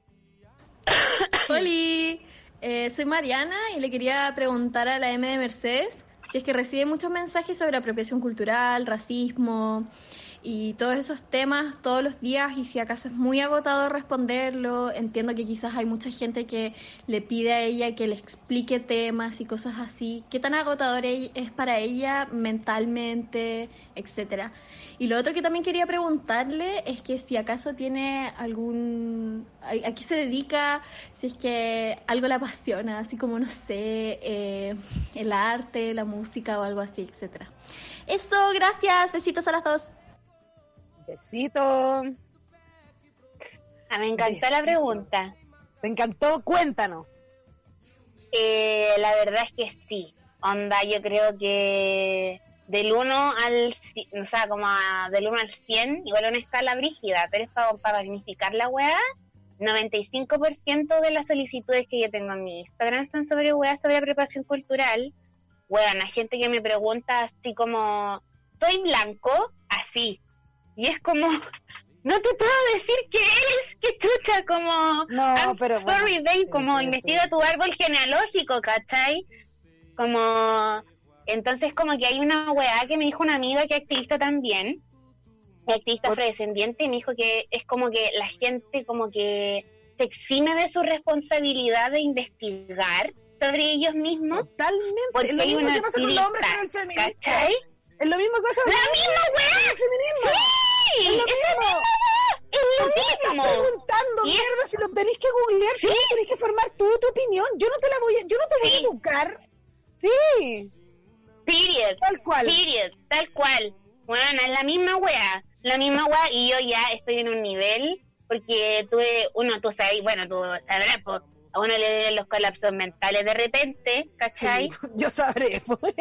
Oli, soy Mariana y le quería preguntar a la M de Mercedes si es que recibe muchos mensajes sobre apropiación cultural, racismo y todos esos temas todos los días y si acaso es muy agotador responderlo. Entiendo que quizás hay mucha gente que le pide a ella que le explique temas y cosas así. ¿Qué tan agotador es para ella mentalmente, etcétera? Y lo otro que también quería preguntarle es que si acaso tiene ¿a qué se dedica? Si es que algo la apasiona, así como, no sé, el arte, la música o algo así, etcétera. Eso, gracias, besitos a las dos. Besito. Me encantó la pregunta. Me encantó, cuéntanos. La verdad es que sí. Onda, yo creo que del 1 al, o sea, como del 1 al 100, igual una escala brígida, pero es para magnificar la weá. 95% de las solicitudes que yo tengo en mi Instagram son sobre weá, sobre apropiación cultural. Weón, hay gente que me pregunta así como, ¿soy blanco? Así. Y es como, no te puedo decir qué eres, qué chucha, como, No, pero bueno, sorry, babe, sí, como puede investiga ser. tu árbol genealógico, ¿cachai? Como, entonces como que hay una weá que me dijo una amiga que es activista también, activista afrodescendiente, y me dijo que es como que la gente como que se exime de su responsabilidad de investigar sobre ellos mismos, Totalmente. porque Es lo hay mismo una que pasa con los hombres con el activista, feminismo. ¿cachai? Es lo mismo que pasa con ¡La los hombres misma con weá! el feminismo. ¡Sí! Es lo mismo. ¡Es lo ¿Por qué me estás mismo! preguntando, Y es- mierda, si lo tenés que googlear? Tú tenés que formar tú tu opinión. Yo no te voy a Sí. educar. Sí, Period. tal cual. Period, tal cual. Bueno, es la misma wea, y yo ya estoy en un nivel, porque tú sabes, bueno, tú sabrás, pues, a uno le vienen los colapsos mentales de repente, ¿cachai? Sí, yo sabré.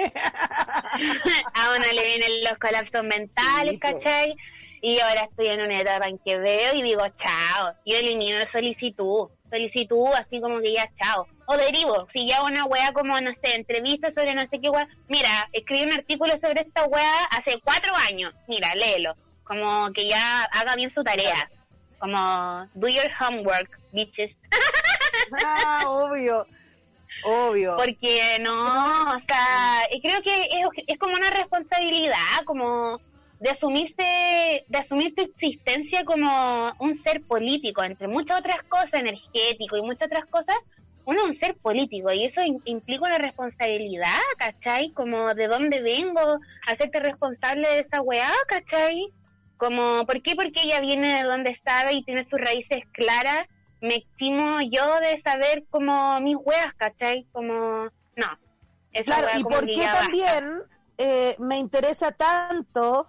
A uno le vienen los colapsos mentales, Sí, po. ¿cachai? Y ahora estoy en una etapa en que veo y digo, chao, yo elimino la solicitud, así como que ya, chao. O derivo, si ya una wea como, no sé, entrevista sobre no sé qué wea, mira, escribí un artículo sobre esta wea hace 4 años, mira, léelo, como que ya haga bien su tarea, como, do your homework, bitches. Ah, obvio. Porque no, o sea, creo que es como una responsabilidad, como de asumir tu existencia como un ser político, entre muchas otras cosas, energético y muchas otras cosas, uno es un ser político y eso implica una responsabilidad, ¿cachai? Como de dónde vengo, hacerte responsable de esa weá, ¿cachai? Como, ¿por qué? Porque ella viene de donde sabe y tiene sus raíces claras, me eximo yo de saber como mis weas, ¿cachai? Como, no. Esa Claro, wea y como por que qué ya también me interesa tanto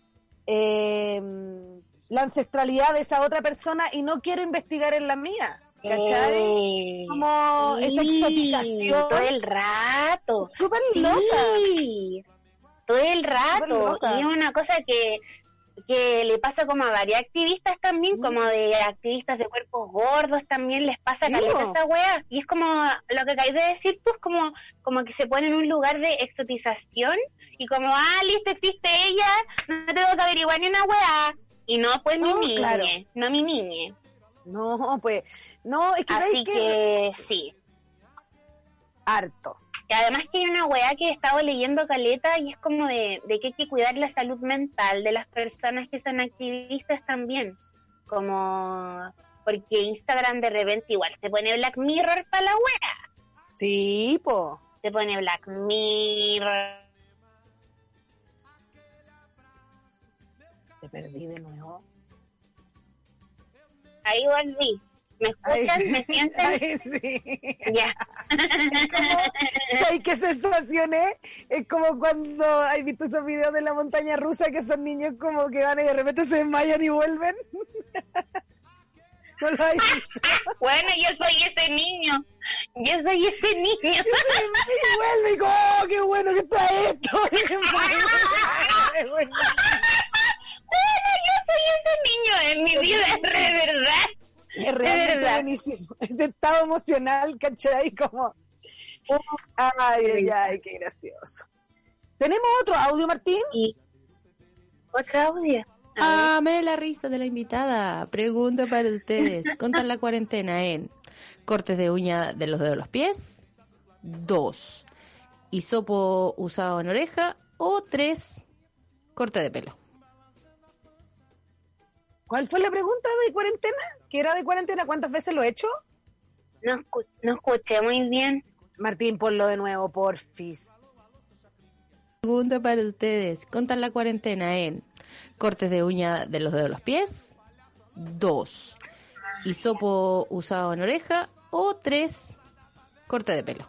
la ancestralidad de esa otra persona y no quiero investigar en la mía, basta. ¿cachai? Como esa exotización. Todo el rato. Súper loca. Sí, todo el Súper rato. loca. Y es una cosa que le pasa como a varias activistas también, como de activistas de cuerpos gordos también les pasa Sí, caleta po. esa wea. Y es como lo que acabas de decir tú, es como que se pone en un lugar de exotización y como, listo, existe ella, no tengo que averiguar ni una wea. Y no, pues No, mi niñe, claro. no mi niñe. No, pues, no, es que Así ¿sabes qué? que sí. Harto. Y además que hay una weá que he estado leyendo caleta y es como de que hay que cuidar la salud mental de las personas que son activistas también. Como, porque Instagram de repente igual se pone Black Mirror para la weá. Sí, po. Se pone Black Mirror. Te perdí de nuevo. Ahí volví. ¿Me escuchan? Ay, ¿Me sienten? Ay, sí. Ya. Ay, qué sensación, ¿eh? Es como cuando hay visto esos videos de la montaña rusa que son niños como que van y de repente se desmayan y vuelven. ¿No lo hay visto? Bueno, yo soy ese niño. Yo soy ese niño. Y vuelve y como, ¡oh, qué bueno que está esto! Bueno, yo soy ese niño en mi vida, es de verdad. Es realmente verdad. buenísimo. Ese estado emocional, ¿cachai? Como, ay, qué gracioso. ¿Tenemos otro audio, Martín? Y otra audio. A ver. Amé la risa de la invitada. Pregunta para ustedes. ¿Contan la cuarentena en cortes de uña de los dedos de los pies? 2. Hisopo usado en oreja. O 3. Corte de pelo. ¿Cuál fue la pregunta de cuarentena? ¿Qué era de cuarentena? ¿Cuántas veces lo he hecho? No escuché muy bien. Martín, ponlo de nuevo, porfis. Pregunta para ustedes. ¿Contan la cuarentena en cortes de uña de los dedos de los pies? 2. Hisopo usado en oreja. O 3. Corte de pelo.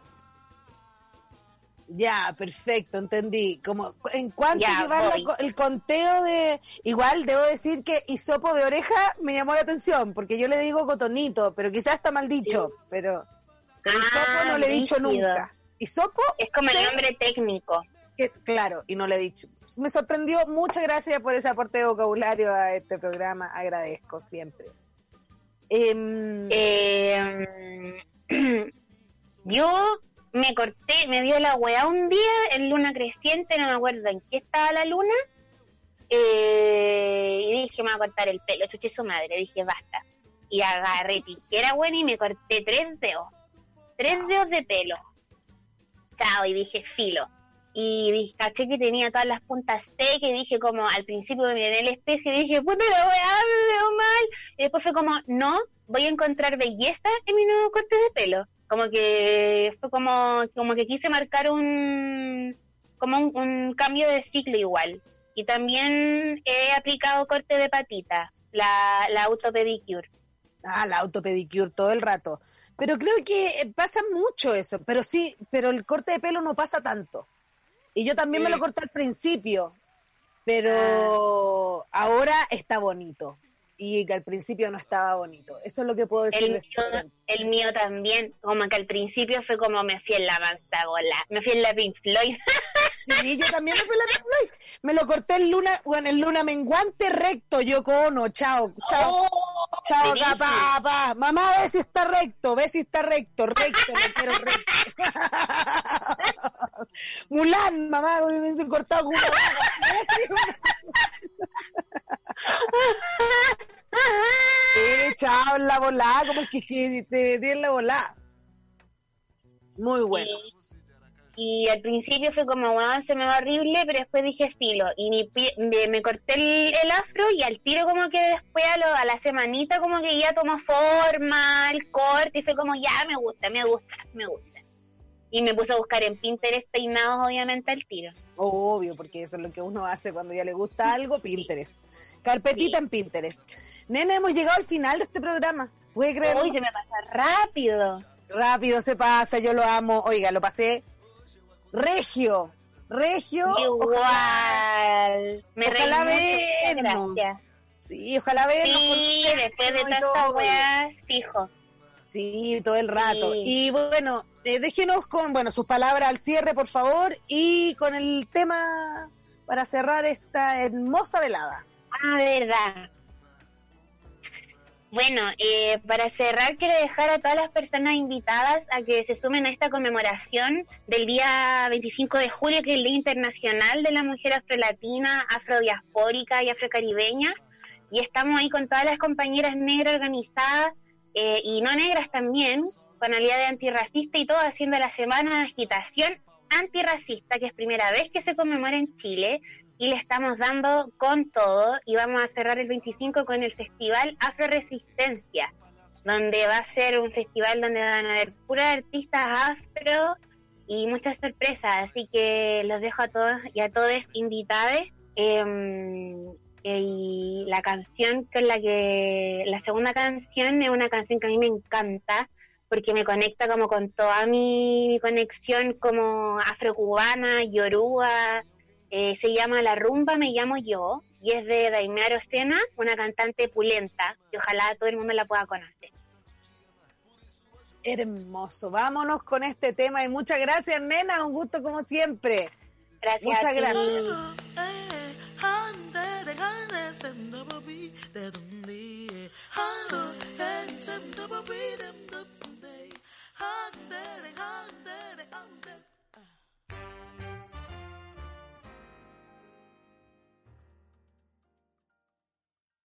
Ya, perfecto, entendí. Como en cuanto Ya, a llevar voy. el conteo de... Igual debo decir que hisopo de oreja me llamó la atención, porque yo le digo cotonito, pero quizás está mal dicho, pero hisopo no le he dicho brígido. nunca. Hisopo Es como el nombre técnico. claro, y no le he dicho. Me sorprendió, muchas gracias por ese aporte de vocabulario a este programa, agradezco siempre. Yo me corté, me dio la weá un día en luna creciente, no me acuerdo en qué estaba la luna, y dije, me voy a cortar el pelo, chuché su madre, dije, basta. Y agarré tijera, bueno, y me corté 3 dedos de pelo. Chao, y dije, filo. Y dije, caché que tenía todas las puntas secas, y dije como, al principio me miré en el espejo y dije, puta la weá, me veo mal. Y después fue como, no, voy a encontrar belleza en mi nuevo corte de pelo. Como que fue como que quise marcar un cambio de ciclo igual. Y también he aplicado corte de patita, la autopedicure. La autopedicure todo el rato. Pero creo que pasa mucho eso, pero el corte de pelo no pasa tanto. Y yo también me lo corté al principio, pero ahora está bonito. Y que al principio no estaba bonito. Eso es lo que puedo decir. El mío también, como que al principio fue como me fui en la manzabola, me fui en la Pink Floyd. Sí, yo también me fui en la Pink Floyd. Me lo corté en luna menguante recto, yo cono, chao, chao acá, mamá, ve si está recto, me quiero recto. Mulan, mamá, me hubiese cortado con una sí, chao, la volada, como es que te tienen la volada. Muy bueno. Y al principio fue como, bueno, se me va horrible, pero después dije filo. Y me corté el afro y al tiro como que después a la semanita como que ya tomó forma, el corte, y fue como, ya me gusta. Y me puse a buscar en Pinterest peinados, obviamente, al tiro. Obvio, porque eso es lo que uno hace cuando ya le gusta algo, Pinterest. Carpetita en Pinterest. Nena, hemos llegado al final de este programa. ¿Puede creerlo? Uy, se me pasa rápido. Rápido se pasa, yo lo amo. Oiga, lo pasé regio. Igual. Ojalá vernos. Gracias. Sí, ojalá vernos. Sí, después de tanta weá, fijo. Sí, todo el rato. Sí. Y bueno, déjenos con sus palabras al cierre, por favor, y con el tema para cerrar esta hermosa velada. Verdad. Bueno, para cerrar quiero dejar a todas las personas invitadas a que se sumen a esta conmemoración del día 25 de julio, que es el Día Internacional de la Mujer Afrolatina, Afrodiaspórica y Afrocaribeña. Y estamos ahí con todas las compañeras negras organizadas, y no negras también, con aliados antirracista y todo, haciendo la semana de agitación antirracista, que es primera vez que se conmemora en Chile, y le estamos dando con todo, y vamos a cerrar el 25 con el Festival Afro-Resistencia, donde va a ser un festival donde van a haber puras artistas afro y muchas sorpresas, así que los dejo a todos y a todas invitadas. Y la canción la segunda canción es una canción que a mí me encanta, porque me conecta como con toda mi conexión como afrocubana, yoruba. Se llama La Rumba Me Llamo Yo, y es de Daimé Arocena, una cantante pulenta, que ojalá todo el mundo la pueda conocer. Hermoso, vámonos con este tema, y muchas gracias, nena, un gusto como siempre. Gracias. Muchas gracias. Gracias.